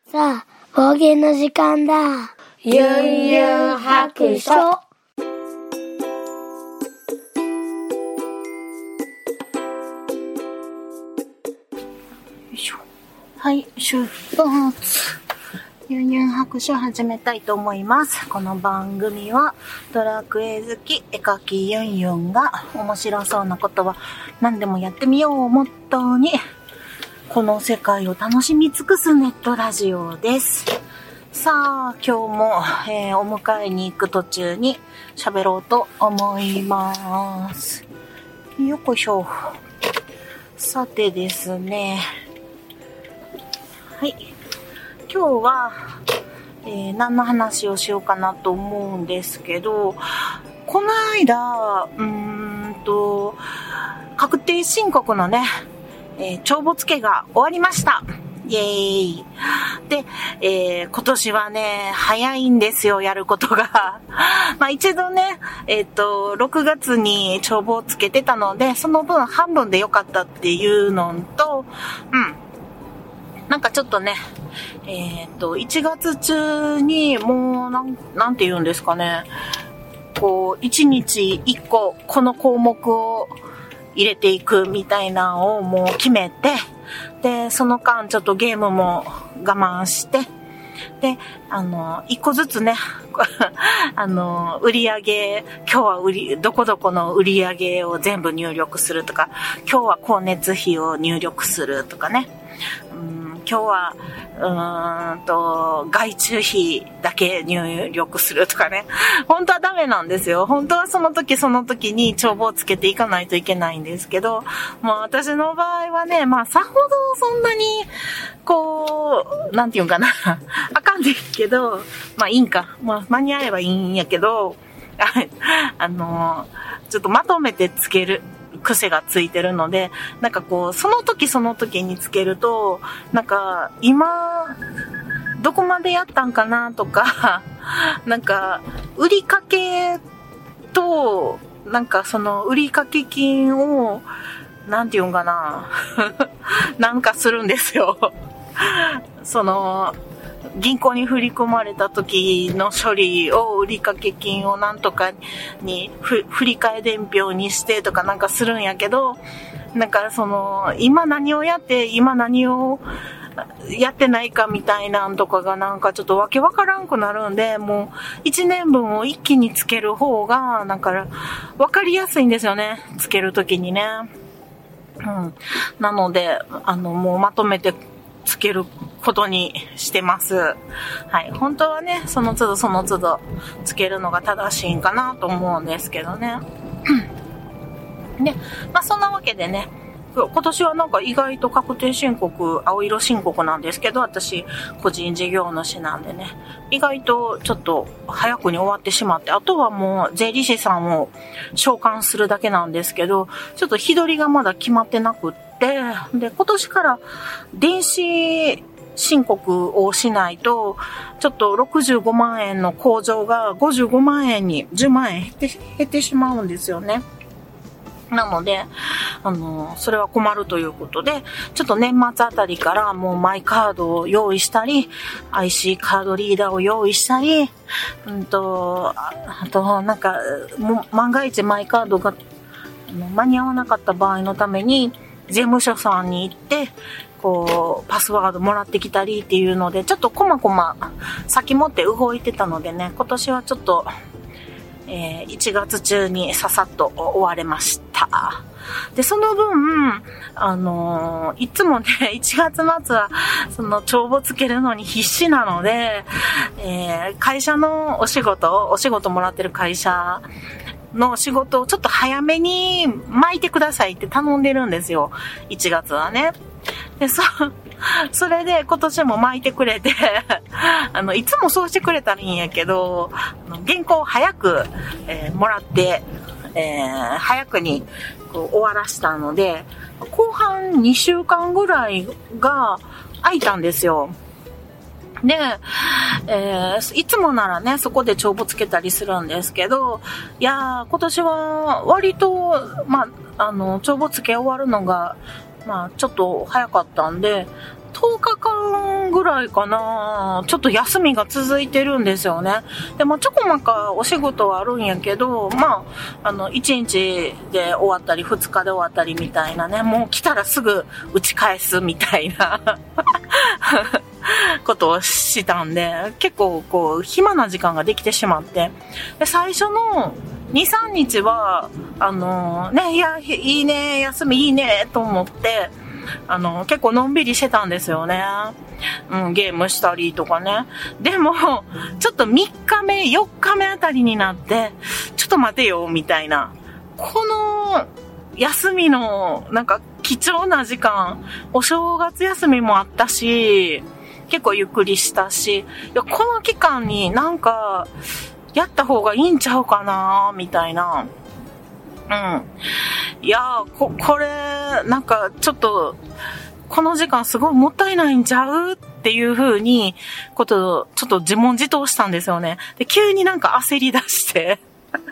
さあ、方言の時間だ。 ユンユン白書。よいしょ。はい、出発。ユンユン白書始めたいと思います。この番組はドラクエ好き絵描きユンユンが面白そうなことは何でもやってみようをモットーにこの世界を楽しみ尽くすネットラジオです。さあ、今日も、お迎えに行く途中に喋ろうと思います。よっしょ。さてですね。はい。今日は、何の話をしようかなと思うんですけど、この間、確定申告のね、帳簿付けが終わりました。イエーイ。で、今年はね、早いんですよ、やることが。まあ一度ね、6月に帳簿をつけてたので、その分半分でよかったっていうのと、なんかちょっとね、1月中にもうなんて言うんですかね、こう、1日1個、この項目を入れていくみたいなのをもう決めて、で、その間ちょっとゲームも我慢して、で、一個ずつね、売り上げ、今日はどこどこの売り上げを全部入力するとか、今日は光熱費を入力するとかね、今日は、外注費だけ入力するとかね。本当はダメなんですよ。本当はその時その時に帳簿をつけていかないといけないんですけど、まあ私の場合はね、まあさほどそんなに、こう、なんていうんかな。あかんですけど、まあいいんか。まあ間に合えばいいんやけど、ちょっとまとめてつける。癖がついてるので、なんかこう、その時その時につけると、なんか、今、どこまでやったんかなとか、なんか、売りかけと、なんかその売りかけ金を、なんていうんかな、なんかするんですよ。その、銀行に振り込まれた時の処理を売掛金をなんとかに振り替え伝票にしてとかなんかするんやけど、なんかその今何をやって今何をやってないかみたいなんとかがなんかちょっとわけわからんくなるんで、もう1年分を一気につける方がなんかわかりやすいんですよね、つける時にね。なのでもうまとめてつけることにしてます。はい。本当はね、その都度その都度つけるのが正しいんかなと思うんですけどね。で、まあそんなわけでね、今年はなんか意外と確定申告、青色申告なんですけど、私個人事業主なんでね、意外とちょっと早くに終わってしまって、あとはもう税理士さんを召喚するだけなんですけど、ちょっと日取りがまだ決まってなくって、で、今年から電子申告をしないと、ちょっと65万円の控除が55万円に10万円減ってしまうんですよね。なので、それは困るということで、ちょっと年末あたりからもうマイカードを用意したり、IC カードリーダーを用意したり、あと、なんか、万が一マイカードが間に合わなかった場合のために、税務署さんに行って、こう、パスワードもらってきたりっていうので、ちょっとこまこま先持って動いてたのでね、今年はちょっと、1月中にささっと終われました。で、その分、いつもね、1月末は、その帳簿つけるのに必死なので、会社のお仕事もらってる会社の仕事をちょっと早めに巻いてくださいって頼んでるんですよ。1月はね。で、それで今年も巻いてくれて、いつもそうしてくれたらいいんやけど、原稿を早く、もらって、早くにこう終わらしたので、後半2週間ぐらいが空いたんですよ。で、いつもならね、そこで帳簿つけたりするんですけど、いやー、今年は割と、帳簿つけ終わるのが、ちょっと早かったんで、 10日間ぐらいかな、ちょっと休みが続いてるんですよね。でもちょこまかお仕事はあるんやけど、1日で終わったり2日で終わったりみたいなね、もう来たらすぐ打ち返すみたいなことをしたんで、結構こう暇な時間ができてしまって、で最初の2、3日はいやいいね、休みいいねと思って結構のんびりしてたんですよね。ゲームしたりとかね。でもちょっと3日目4日目あたりになって、ちょっと待てよみたいな、この休みのなんか貴重な時間、お正月休みもあったし、結構ゆっくりしたし、いやこの期間になんかやった方がいいんちゃうかなみたいな。いやこれなんかちょっとこの時間すごいもったいないんちゃうっていう風にちょっと自問自答したんですよね。で急になんか焦り出して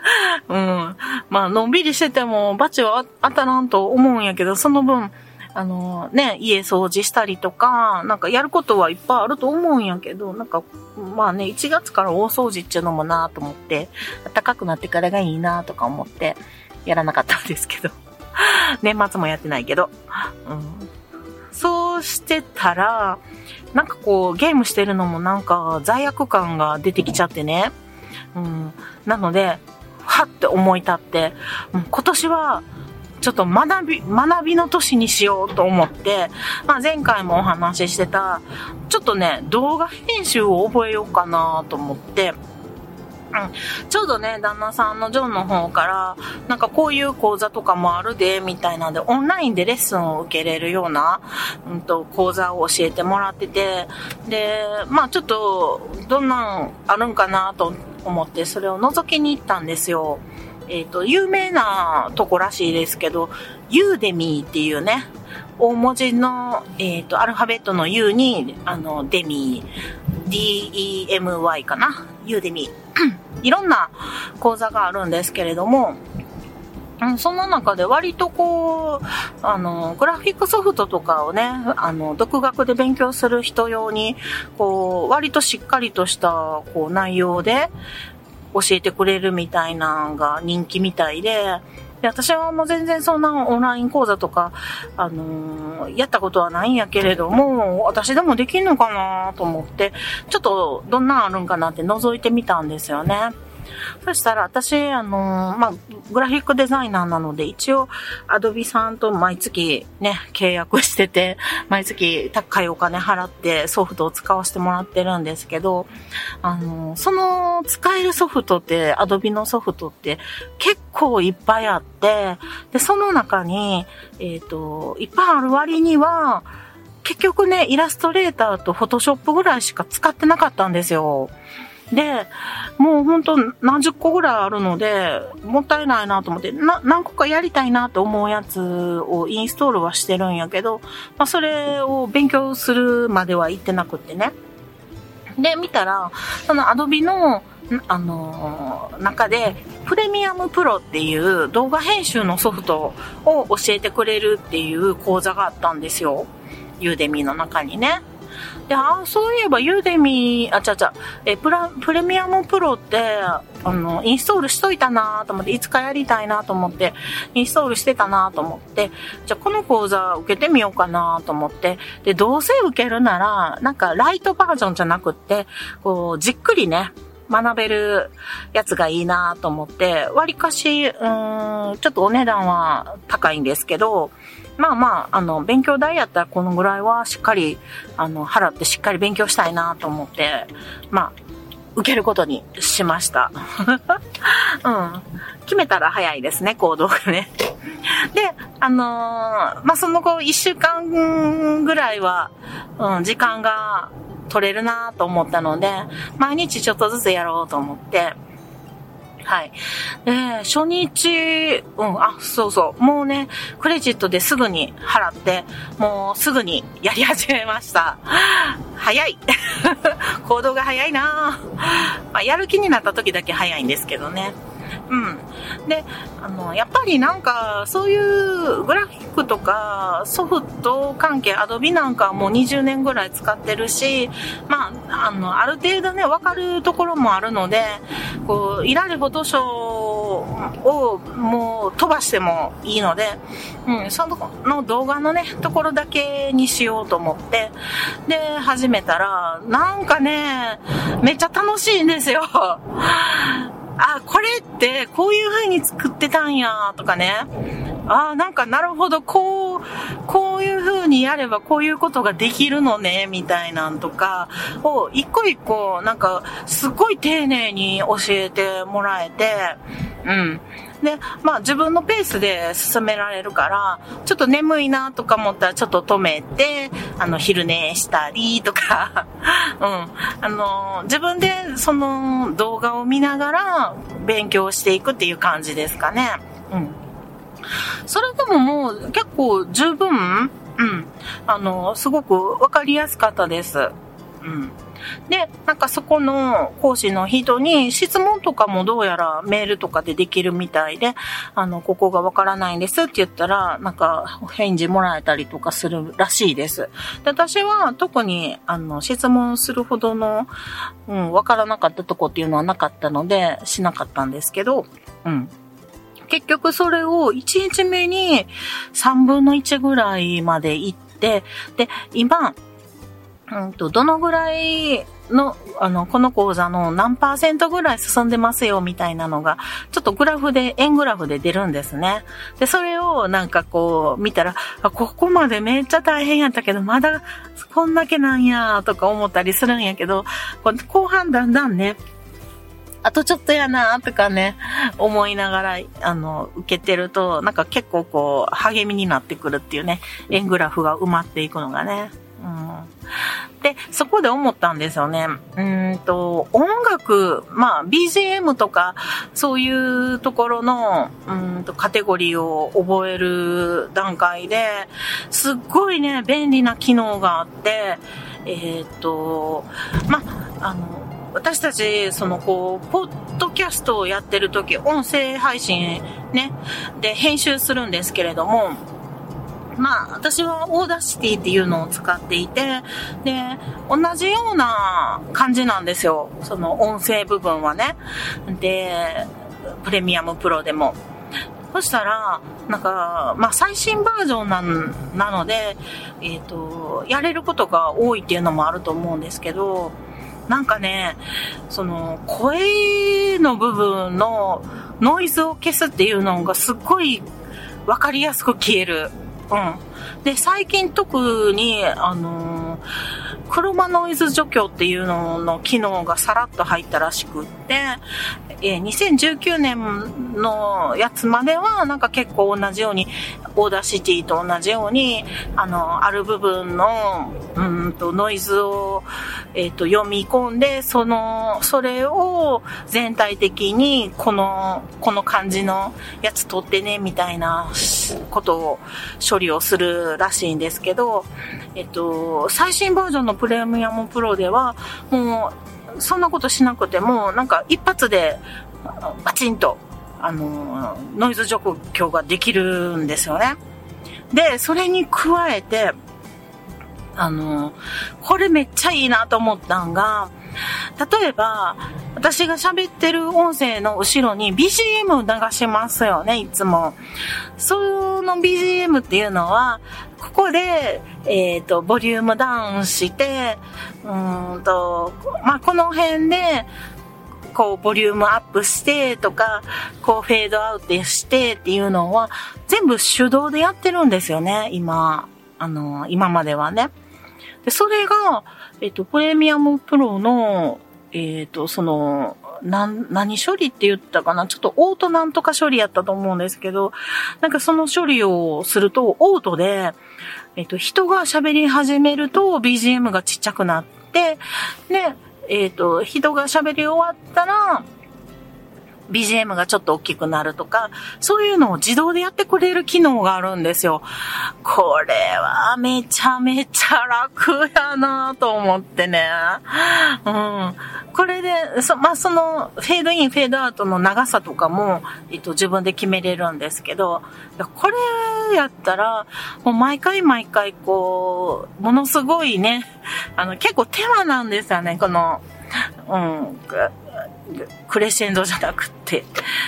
のんびりしててもバチは当たらんと思うんやけど、その分家掃除したりとか、なんかやることはいっぱいあると思うんやけど、なんか、1月から大掃除っていうのもなと思って、暖かくなってからがいいなとか思って、やらなかったんですけど。年末もやってないけど。そうしてたら、なんかこう、ゲームしてるのもなんか罪悪感が出てきちゃってね。なので、はって思い立って、今年は、ちょっと学びの年にしようと思って、前回もお話ししてた、ちょっとね、動画編集を覚えようかなと思って、ちょうどね、旦那さんのジョンの方から、なんかこういう講座とかもあるで、みたいなんで、オンラインでレッスンを受けれるような、講座を教えてもらってて、で、ちょっと、どんなんあるんかなと思って、それを覗きに行ったんですよ。有名なとこらしいですけど、ユーデミーっていうね、大文字の、アルファベットの U に、デミー、DEMY かな、ユーデミー。いろんな講座があるんですけれども、その中で割とこう、グラフィックソフトとかをね、独学で勉強する人用に、こう、割としっかりとした、こう、内容で、教えてくれるみたいなのが人気みたいで、私はもう全然そんなオンライン講座とか、やったことはないんやけれども、私でもできんのかなと思って、ちょっとどんなんあるんかなって覗いてみたんですよね。そしたら私、グラフィックデザイナーなので、一応、アドビさんと毎月ね、契約してて、毎月高いお金払ってソフトを使わせてもらってるんですけど、その使えるソフトって、アドビのソフトって結構いっぱいあって、で、その中に、いっぱいある割には、結局ね、イラストレーターとフォトショップぐらいしか使ってなかったんですよ。で、もうほんと何十個ぐらいあるので、もったいないなと思って、何個かやりたいなと思うやつをインストールはしてるんやけど、それを勉強するまでは行ってなくってね。で、見たら、その Adobe の、中で、プレミアムプロっていう動画編集のソフトを教えてくれるっていう講座があったんですよ。ユーデミの中にね。で、そういえばユーデミプレミアムプロって、インストールしといたなと思って、いつかやりたいなと思って、インストールしてたなと思って、じゃあこの講座受けてみようかなと思って、で、どうせ受けるなら、なんかライトバージョンじゃなくって、こう、じっくりね、学べるやつがいいなと思って、割かし、ちょっとお値段は高いんですけど、勉強代やったらこのぐらいはしっかり、払ってしっかり勉強したいなと思って、受けることにしました。決めたら早いですね、行動がね。で、その後1週間ぐらいは、時間が取れるなと思ったので、毎日ちょっとずつやろうと思って、はい。で、初日、もうね、クレジットですぐに払って、もうすぐにやり始めました。早い行動が早いなやる気になった時だけ早いんですけどね。 で、やっぱりなんか、そういうグラフィックとかソフト関係、アドビなんかはもう20年ぐらい使ってるし、まあ、ある程度ね、わかるところもあるので、こう、いられフォトショーをもう飛ばしてもいいので、その動画のね、ところだけにしようと思って、で、始めたら、なんかね、めっちゃ楽しいんですよ。あ、これってこういう風に作ってたんやとかね。なんかなるほど、こういう風にやればこういうことができるのね、みたいなんとかを一個一個なんかすごい丁寧に教えてもらえて、で、まあ自分のペースで進められるから、ちょっと眠いなとか思ったらちょっと止めて、昼寝したりとか、自分でその動画を見ながら勉強していくっていう感じですかね。それでももう結構十分、すごくわかりやすかったです。で、なんかそこの講師の人に質問とかもどうやらメールとかでできるみたいで、ここがわからないんですって言ったら、なんか返事もらえたりとかするらしいです。で、私は特に質問するほどの、わからなかったとこっていうのはなかったので、しなかったんですけど、結局それを1日目に3分の1ぐらいまで行って、で、今、どのぐらいの、この講座の何%ぐらい進んでますよみたいなのが、ちょっと円グラフで出るんですね。で、それをなんかこう見たら、ここまでめっちゃ大変やったけど、まだこんだけなんやとか思ったりするんやけど、後半だんだんね、あとちょっとやなとかね、思いながら、受けてると、なんか結構こう、励みになってくるっていうね、円グラフが埋まっていくのがね。で、そこで思ったんですよね。音楽、まあ、BGM とか、そういうところの、カテゴリーを覚える段階で、すっごいね、便利な機能があって、私たち、ポッドキャストをやってるとき、音声配信ね、で編集するんですけれども、まあ、私はオーダーシティっていうのを使っていて、で、同じような感じなんですよ。その音声部分はね。で、プレミアムプロでも。そしたら、なんか、まあ、最新バージョンなので、やれることが多いっていうのもあると思うんですけど、なんかね、その、声の部分のノイズを消すっていうのがすっごいわかりやすく消える。で、最近特に、クロマノイズ除去っていうのの機能がさらっと入ったらしくって、2019年のやつまではなんか結構同じように、オーダーシティと同じように、ある部分の、ノイズを、読み込んで、それを全体的にこの感じのやつ取ってね、みたいなことを処理をするらしいんですけど、最新バージョンのプレミアムプロでは、もう、そんなことしなくても、なんか一発でバチンと、ノイズ除去ができるんですよね。で、それに加えて、これめっちゃいいなと思ったんが、例えば、私が喋ってる音声の後ろに BGM 流しますよね、いつも。その BGM っていうのは、ここで、ボリュームダウンして、まあ、この辺で、こう、ボリュームアップしてとか、こう、フェードアウトしてっていうのは、全部手動でやってるんですよね、今まではね。で、それが、プレミアムプロの、何処理って言ったかな、ちょっとオートなんとか処理やったと思うんですけど、なんかその処理をすると、オートで、人が喋り始めると BGM がちっちゃくなって、で、人が喋り終わったら、BGM がちょっと大きくなるとか、そういうのを自動でやってくれる機能があるんですよ。これはめちゃめちゃ楽やなと思ってね。 これで、その、フェードイン、フェードアウトの長さとかも、自分で決めれるんですけど、これやったら、もう毎回こう、ものすごいね、結構手間なんですよね、この、クレッシェンドじゃなくて、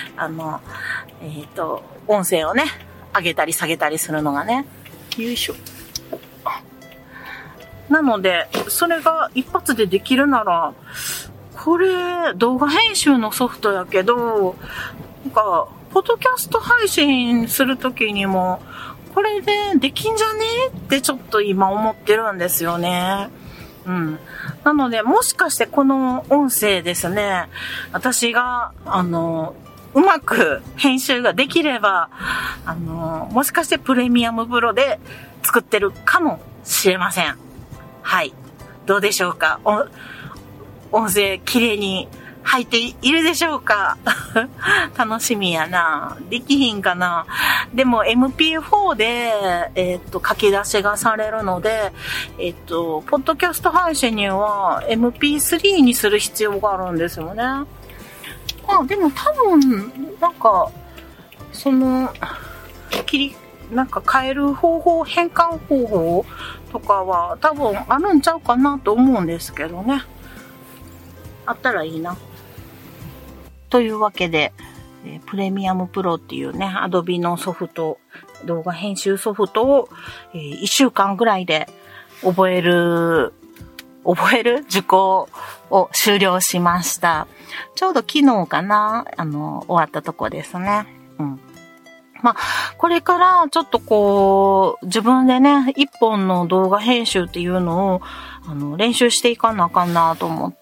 音声をね、上げたり下げたりするのがね、よいしょ。なので、それが一発でできるなら、これ、動画編集のソフトやけど、なんか、ポッドキャスト配信するときにも、これでできんじゃねってちょっと今思ってるんですよね。なので、もしかしてこの音声ですね、私が、うまく編集ができれば、もしかしてプレミアムプロで作ってるかもしれません。はい。どうでしょうか？音声きれいに入っているでしょうか？楽しみやな。できひんかな。でも MP4 で、書き出しがされるので、ポッドキャスト配信には MP3 にする必要があるんですよね。でも多分、なんか、なんか変える方法、変換方法とかは多分あるんちゃうかなと思うんですけどね。あったらいいな。というわけで、プレミアムプロっていうね、アドビのソフト、動画編集ソフトを、1週間ぐらいで覚える受講を終了しました。ちょうど昨日かな、終わったとこですね。これからちょっとこう、自分でね、一本の動画編集っていうのを、練習していかなあかんなと思って、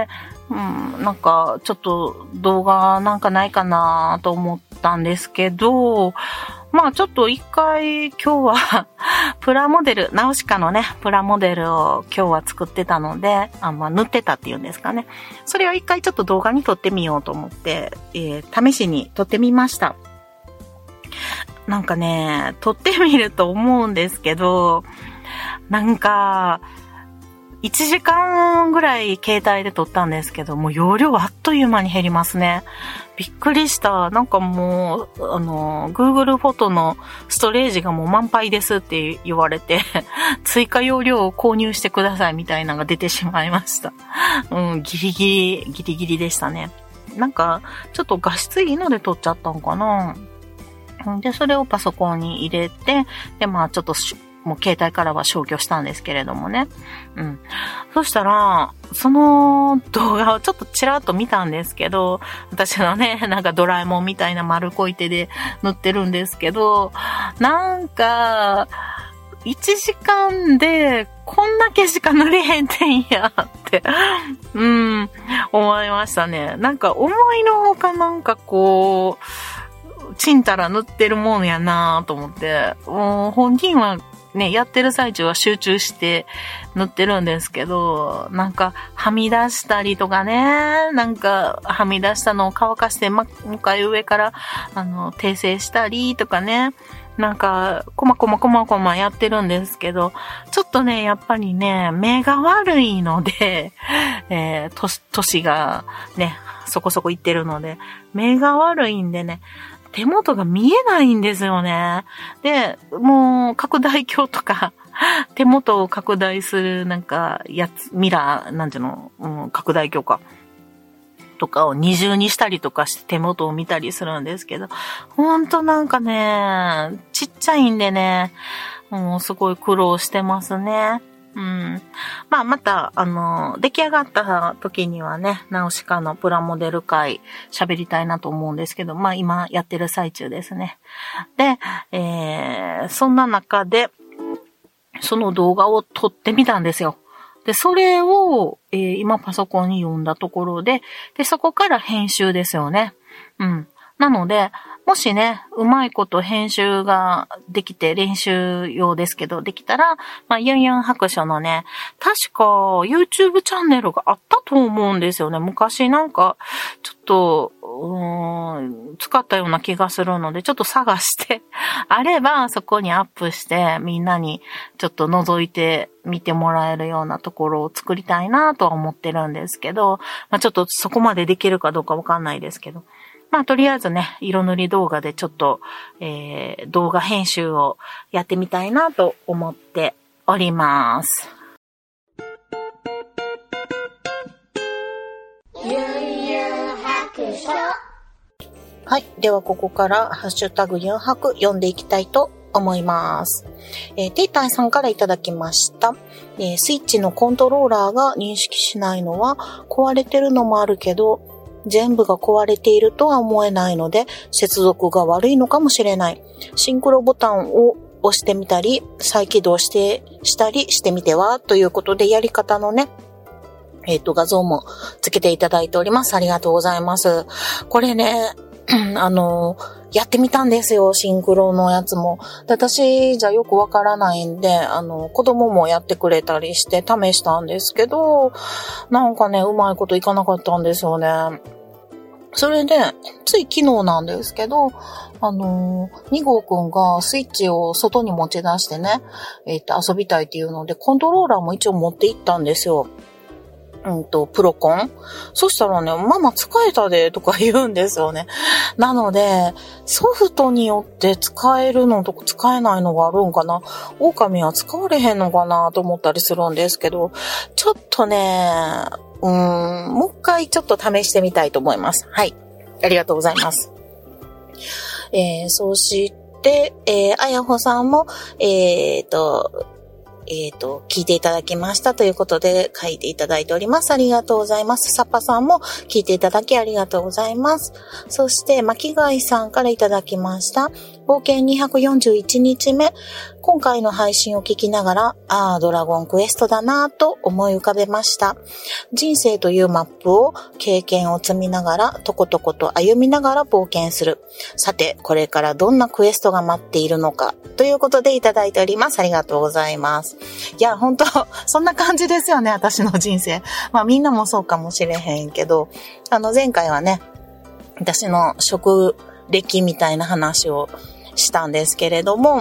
なんか、ちょっと動画なんかないかなと思ったんですけど、ちょっと一回今日は、プラモデル、ナウシカのね、プラモデルを今日は作ってたので、塗ってたっていうんですかね。それを一回ちょっと動画に撮ってみようと思って、試しに撮ってみました。なんかね、撮ってみると思うんですけど、なんか、1時間ぐらい携帯で撮ったんですけど、もう容量あっという間に減りますね。びっくりした。なんかもう、Google フォトのストレージがもう満杯ですって言われて、追加容量を購入してくださいみたいなのが出てしまいました。ギリギリでしたね。なんか、ちょっと画質いいので撮っちゃったのかな。で、それをパソコンに入れて、で、ちょっともう携帯からは消去したんですけれどもね。そしたら、その動画をちょっとちらっと見たんですけど、私のね、なんかドラえもんみたいな丸こい手で塗ってるんですけど、なんか、1時間でこんだけしか塗れへんてんやって、思いましたね。なんか思いのほかなんかこう、ちんたら塗ってるもんやなと思って、もう本人はね、やってる最中は集中して塗ってるんですけど、なんかはみ出したりとかね、なんかはみ出したのを乾かしてもう一回上から訂正したりとかね、なんかこまやってるんですけど、ちょっとね、やっぱりね、目が悪いので、年がね、そこそこいってるので、目が悪いんでね、手元が見えないんですよね。で、もう拡大鏡とか、手元を拡大するなんかミラー、なんていうの、拡大鏡か。とかを二重にしたりとかして手元を見たりするんですけど、ほんとなんかね、ちっちゃいんでね、もうすごい苦労してますね。また、出来上がった時にはね、ナウシカのプラモデル会喋りたいなと思うんですけど、今やってる最中ですね。で、そんな中で、その動画を撮ってみたんですよ。で、それを、今パソコンに読んだところで、そこから編集ですよね。なので、もしね、うまいこと編集ができて、練習用ですけど、できたら、ユンユン白書のね、確か YouTube チャンネルがあったと思うんですよね。昔なんか、ちょっと、 使ったような気がするので、ちょっと探してあればそこにアップしてみんなにちょっと覗いて見てもらえるようなところを作りたいなとは思ってるんですけど、ちょっとそこまでできるかどうかわかんないですけど、とりあえずね、色塗り動画でちょっと、動画編集をやってみたいなと思っております。はい。では、ここから、ハッシュタグユンハク読んでいきたいと思います。テイタイさんからいただきました。スイッチのコントローラーが認識しないのは、壊れてるのもあるけど、全部が壊れているとは思えないので、接続が悪いのかもしれない。シンクロボタンを押してみたり、再起動したりしてみては、ということで、やり方のね、画像もつけていただいております。ありがとうございます。これね、やってみたんですよ、シンクロのやつも。で、私じゃよくわからないんで、子供もやってくれたりして試したんですけど、なんかね、うまいこといかなかったんですよね。それで、つい昨日なんですけど、2号くんがスイッチを外に持ち出してね、遊びたいっていうので、コントローラーも一応持って行ったんですよ。プロコン。そしたらね、ママ使えたで、とか言うんですよね。なので、ソフトによって使えるのと使えないのがあるんかな。狼は使われへんのかなと思ったりするんですけど、ちょっとね、もう一回ちょっと試してみたいと思います。はい。ありがとうございます。そして、あやほさんも、聞いていただきましたということで書いていただいております。ありがとうございます。サッパさんも聞いていただきありがとうございます。そして、巻貝さんからいただきました。冒険241日目。今回の配信を聞きながら、ドラゴンクエストだなぁと思い浮かべました。人生というマップを経験を積みながら、とことこと歩みながら冒険する。さて、これからどんなクエストが待っているのか、ということでいただいております。ありがとうございます。いや、本当そんな感じですよね、私の人生。みんなもそうかもしれへんけど、前回はね、私の職歴みたいな話をしたんですけれども、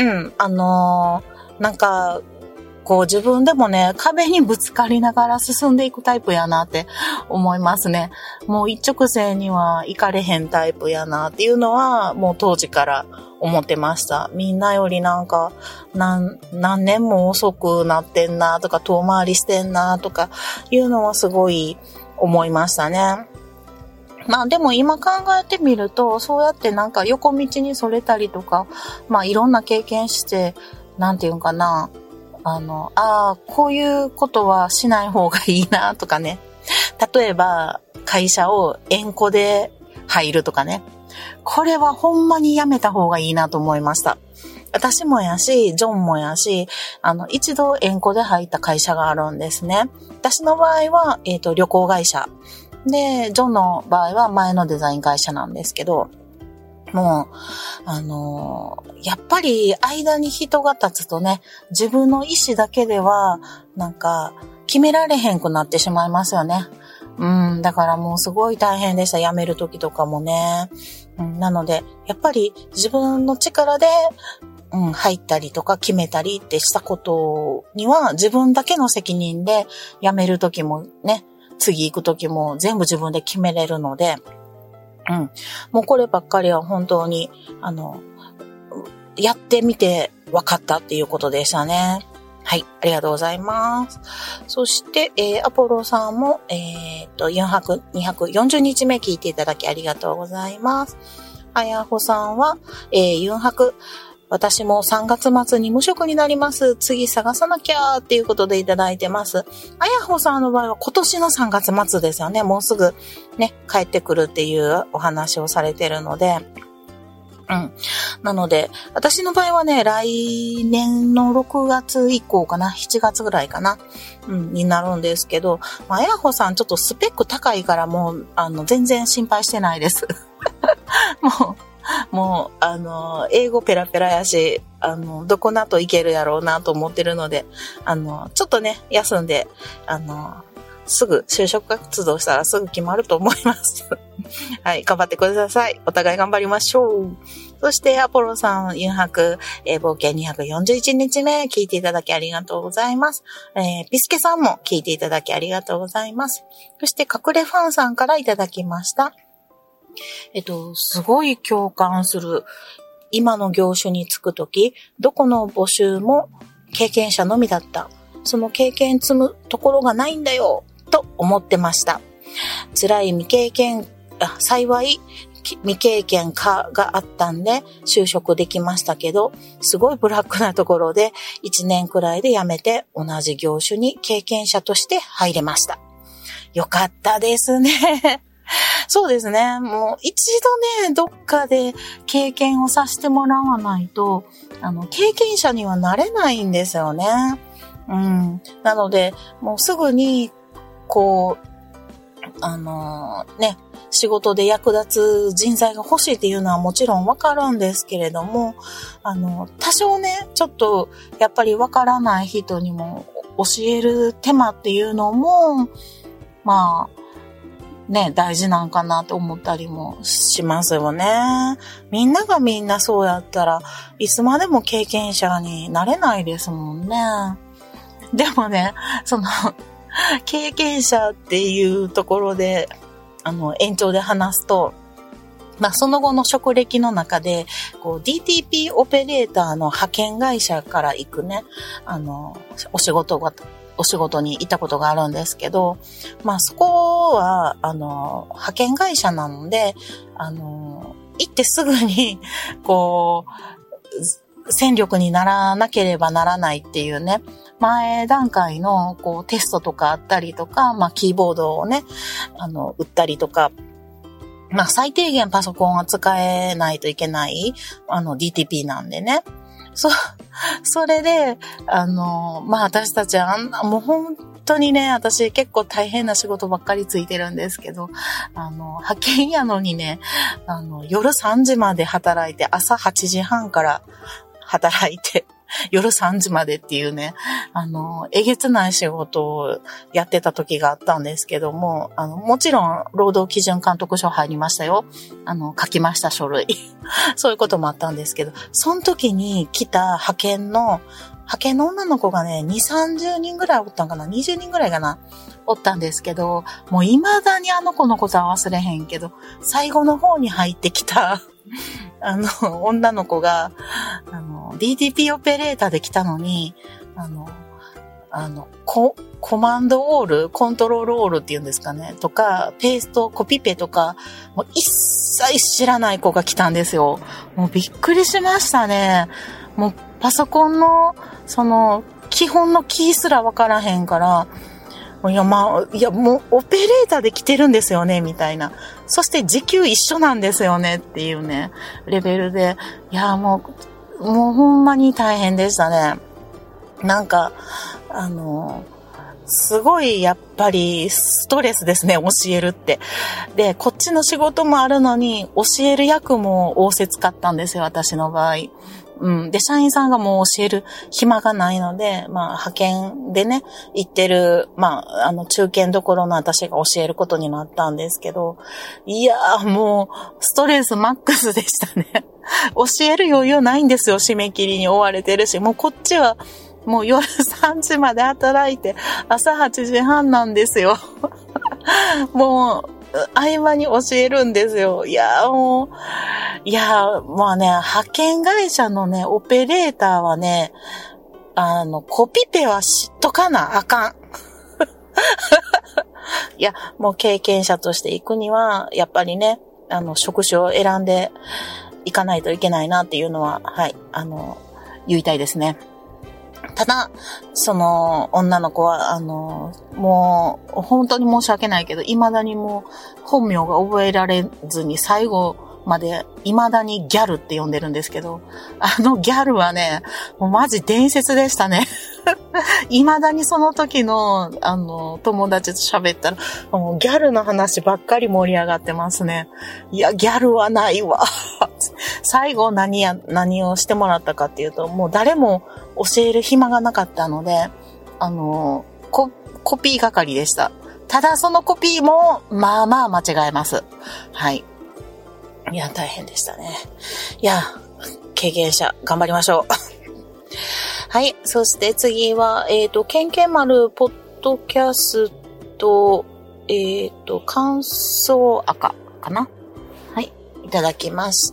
なんか、こう自分でもね、壁にぶつかりながら進んでいくタイプやなって思いますね。もう一直線には行かれへんタイプやなっていうのは、もう当時から思ってました。みんなよりなんか、何年も遅くなってんなとか、遠回りしてんなとかいうのはすごい思いましたね。でも今考えてみると、そうやってなんか横道にそれたりとか、いろんな経験して、なんていうんかな、こういうことはしない方がいいなとかね。例えば、会社を縁故で入るとかね。これはほんまにやめた方がいいなと思いました。私もやし、ジョンもやし、一度縁故で入った会社があるんですね。私の場合は、旅行会社。で、ジョンの場合は前のデザイン会社なんですけど、もう、やっぱり間に人が立つとね、自分の意思だけでは、なんか、決められへんくなってしまいますよね。だからもうすごい大変でした。辞める時とかもね。なので、やっぱり自分の力で、入ったりとか決めたりってしたことには、自分だけの責任で辞める時もね、次行く時も全部自分で決めれるので、もうこればっかりは本当に、やってみて分かったっていうことでしたね。はい、ありがとうございます。そして、アポロさんも、240日目聞いていただきありがとうございます。あやほさんは、4泊、私も3月末に無職になります。次探さなきゃっていうことでいただいてます。あやほさんの場合は今年の3月末ですよね。もうすぐね、帰ってくるっていうお話をされてるので。なので、私の場合はね、来年の6月以降かな、7月ぐらいかな、になるんですけど、あやほさんちょっとスペック高いからもう、全然心配してないです。もう、英語ペラペラやし、どこなといけるやろうなと思ってるので、ちょっとね、休んで、 すぐ就職活動したらすぐ決まると思います。はい、頑張ってください。お互い頑張りましょう。そして、アポロさん、誘白、冒険241日目、聞いていただきありがとうございます。ピスケさんも聞いていただきありがとうございます。そして、隠れファンさんからいただきました。すごい共感する。今の業種に就くとき、どこの募集も経験者のみだった。その経験積むところがないんだよ、と思ってました。辛い幸い未経験化があったんで就職できましたけど、すごいブラックなところで1年くらいで辞めて同じ業種に経験者として入れました。よかったですね。そうですね。もう一度ね、どっかで経験をさせてもらわないと、経験者にはなれないんですよね。なので、もうすぐに、仕事で役立つ人材が欲しいっていうのはもちろんわかるんですけれども、多少ね、ちょっとやっぱりわからない人にも教える手間っていうのも、まあ、ね、大事なんかなと思ったりもしますよね。みんながみんなそうやったらいつまでも経験者になれないですもんね。でもね、経験者っていうところで延長で話すと、その後の職歴の中でDTP オペレーターの派遣会社から行くね、お仕事に行ったことがあるんですけど、そこは、派遣会社なので、行ってすぐに、戦力にならなければならないっていうね、前段階の、テストとかあったりとか、キーボードをね、打ったりとか、最低限パソコンは使えないといけない、DTP なんでね。それで、私たちはもう本当にね、私結構大変な仕事ばっかりついてるんですけど、派遣やのにね、夜3時まで働いて、朝8時半から働いて、夜3時までっていうね、えげつない仕事をやってた時があったんですけども、もちろん、労働基準監督署入りましたよ。書きました、書類。そういうこともあったんですけど、その時に来た派遣の女の子がね、2、30人ぐらいおったんかな ?20 人ぐらいかなおったんですけど、もう未だに子のことは忘れへんけど、最後の方に入ってきた、女の子が、DTP オペレーターで来たのに、コマンドオール、コントロールオールっていうんですかね、とか、ペースト、コピペとか、もう一切知らない子が来たんですよ。もうびっくりしましたね。もうパソコンの、基本のキーすらわからへんから、もうオペレーターで来てるんですよね、みたいな。そして時給一緒なんですよね、っていうね、レベルで。もうほんまに大変でしたね。なんか、すごいやっぱりストレスですね、教えるって。で、こっちの仕事もあるのに、教える役も仰せつかったんですよ、私の場合。で、社員さんがもう教える暇がないので、派遣でね、行ってる、中堅どころの私が教えることになったんですけど、もう、ストレスマックスでしたね。教える余裕ないんですよ、締め切りに追われてるし、もうこっちは、もう夜3時まで働いて、朝8時半なんですよ。もう、合間に教えるんですよ。派遣会社のね、オペレーターはね、コピペは知っとかなあかん。もう経験者として行くには、やっぱりね、職種を選んでいかないといけないなっていうのは、はい、言いたいですね。ただ、その女の子は、もう、本当に申し訳ないけど、未だにもう、本名が覚えられずに、最後まで、未だにギャルって呼んでるんですけど、ギャルはね、もうマジ伝説でしたね。未だにその時の、友達と喋ったら、もうギャルの話ばっかり盛り上がってますね。ギャルはないわ。最後何をしてもらったかっていうと、もう誰も教える暇がなかったので、コピー係でした。 ただそのコピーも、まあまあ間違えます。はい。いや、大変でしたね。いや、経験者、頑張りましょう。はい。そして次は、ケンケン丸ポッドキャスト、感想赤かな。はい。いただきました。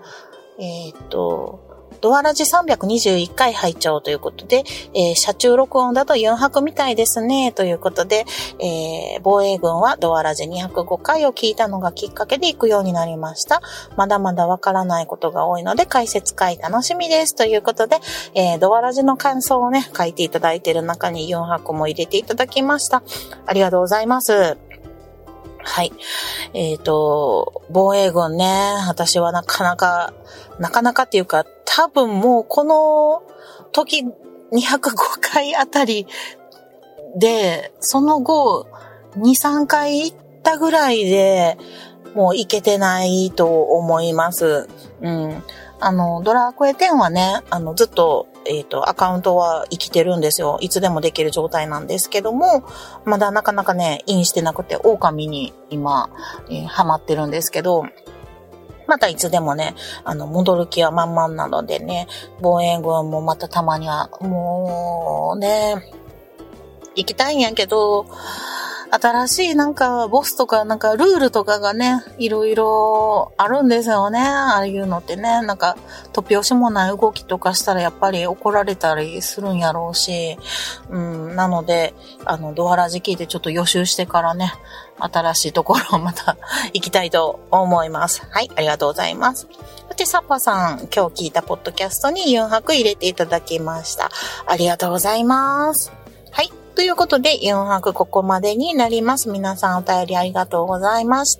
ドアラジ321回拝聴ということで、車中録音だと4泊みたいですね、ということで、防衛軍はドアラジ205回を聞いたのがきっかけで行くようになりました。まだまだわからないことが多いので、解説会楽しみです。ということで、ドアラジの感想をね、書いていただいている中に4泊も入れていただきました。ありがとうございます。はい。防衛軍ね、私はなかなかっていうか、多分もうこの時205回あたりで、その後2、3回行ったぐらいでもう行けてないと思います。うん。ドラクエ10はね、ずっと、アカウントは生きてるんですよ。いつでもできる状態なんですけども、まだなかなかね、インしてなくて、狼に今、ハマってるんですけど、またいつでもね、戻る気は満々なのでね、防衛軍もまたたまには、もうね、行きたいんやけど、新しいなんかボスとかなんかルールとかがね、いろいろあるんですよね。ああいうのってね、なんか突拍子もない動きとかしたらやっぱり怒られたりするんやろうし、なので、ドアラジ聞いてちょっと予習してからね、新しいところをまた行きたいと思います。はい、ありがとうございます。そしてサッパさん、今日聞いたポッドキャストに4泊入れていただきました。ありがとうございます。はい。ということで、4泊ここまでになります。皆さんお便りありがとうございました。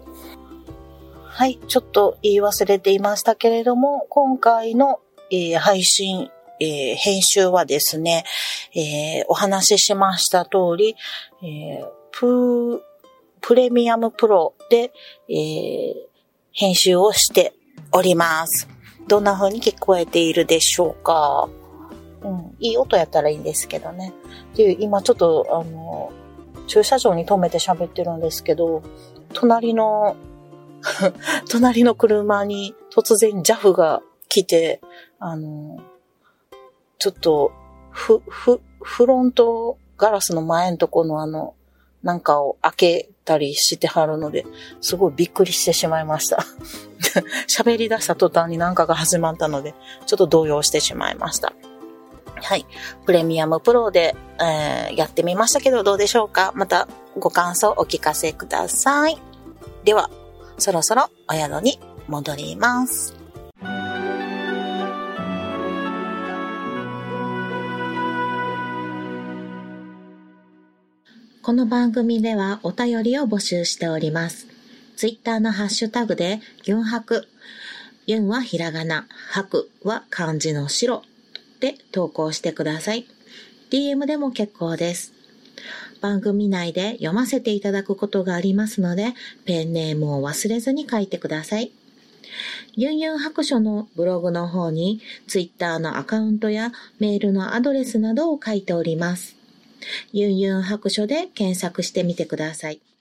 はい、ちょっと言い忘れていましたけれども、今回の、配信、編集はですね、お話ししました通り、プレミアムプロで、編集をしております。どんな風に聞こえているでしょうか？いい音やったらいいんですけどね。で、今ちょっと駐車場に止めて喋ってるんですけど、隣の車に突然 JAF が来て、ちょっとフロントガラスの前のとこのなんかを開けたりしてはるので、すごいびっくりしてしまいました。喋り出した途端になんかが始まったので、ちょっと動揺してしまいました。はい。プレミアムプロで、やってみましたけどどうでしょうか？またご感想お聞かせください。では、そろそろお宿に戻ります。 この番組ではお便りを募集しております。ツイッターのハッシュタグでユンハク、ユンはひらがな、ハクは漢字の白で投稿してください。DM でも結構です。番組内で読ませていただくことがありますので、ペンネームを忘れずに書いてください。ユンユン白書のブログの方に Twitter のアカウントやメールのアドレスなどを書いております。ユンユン白書で検索してみてください。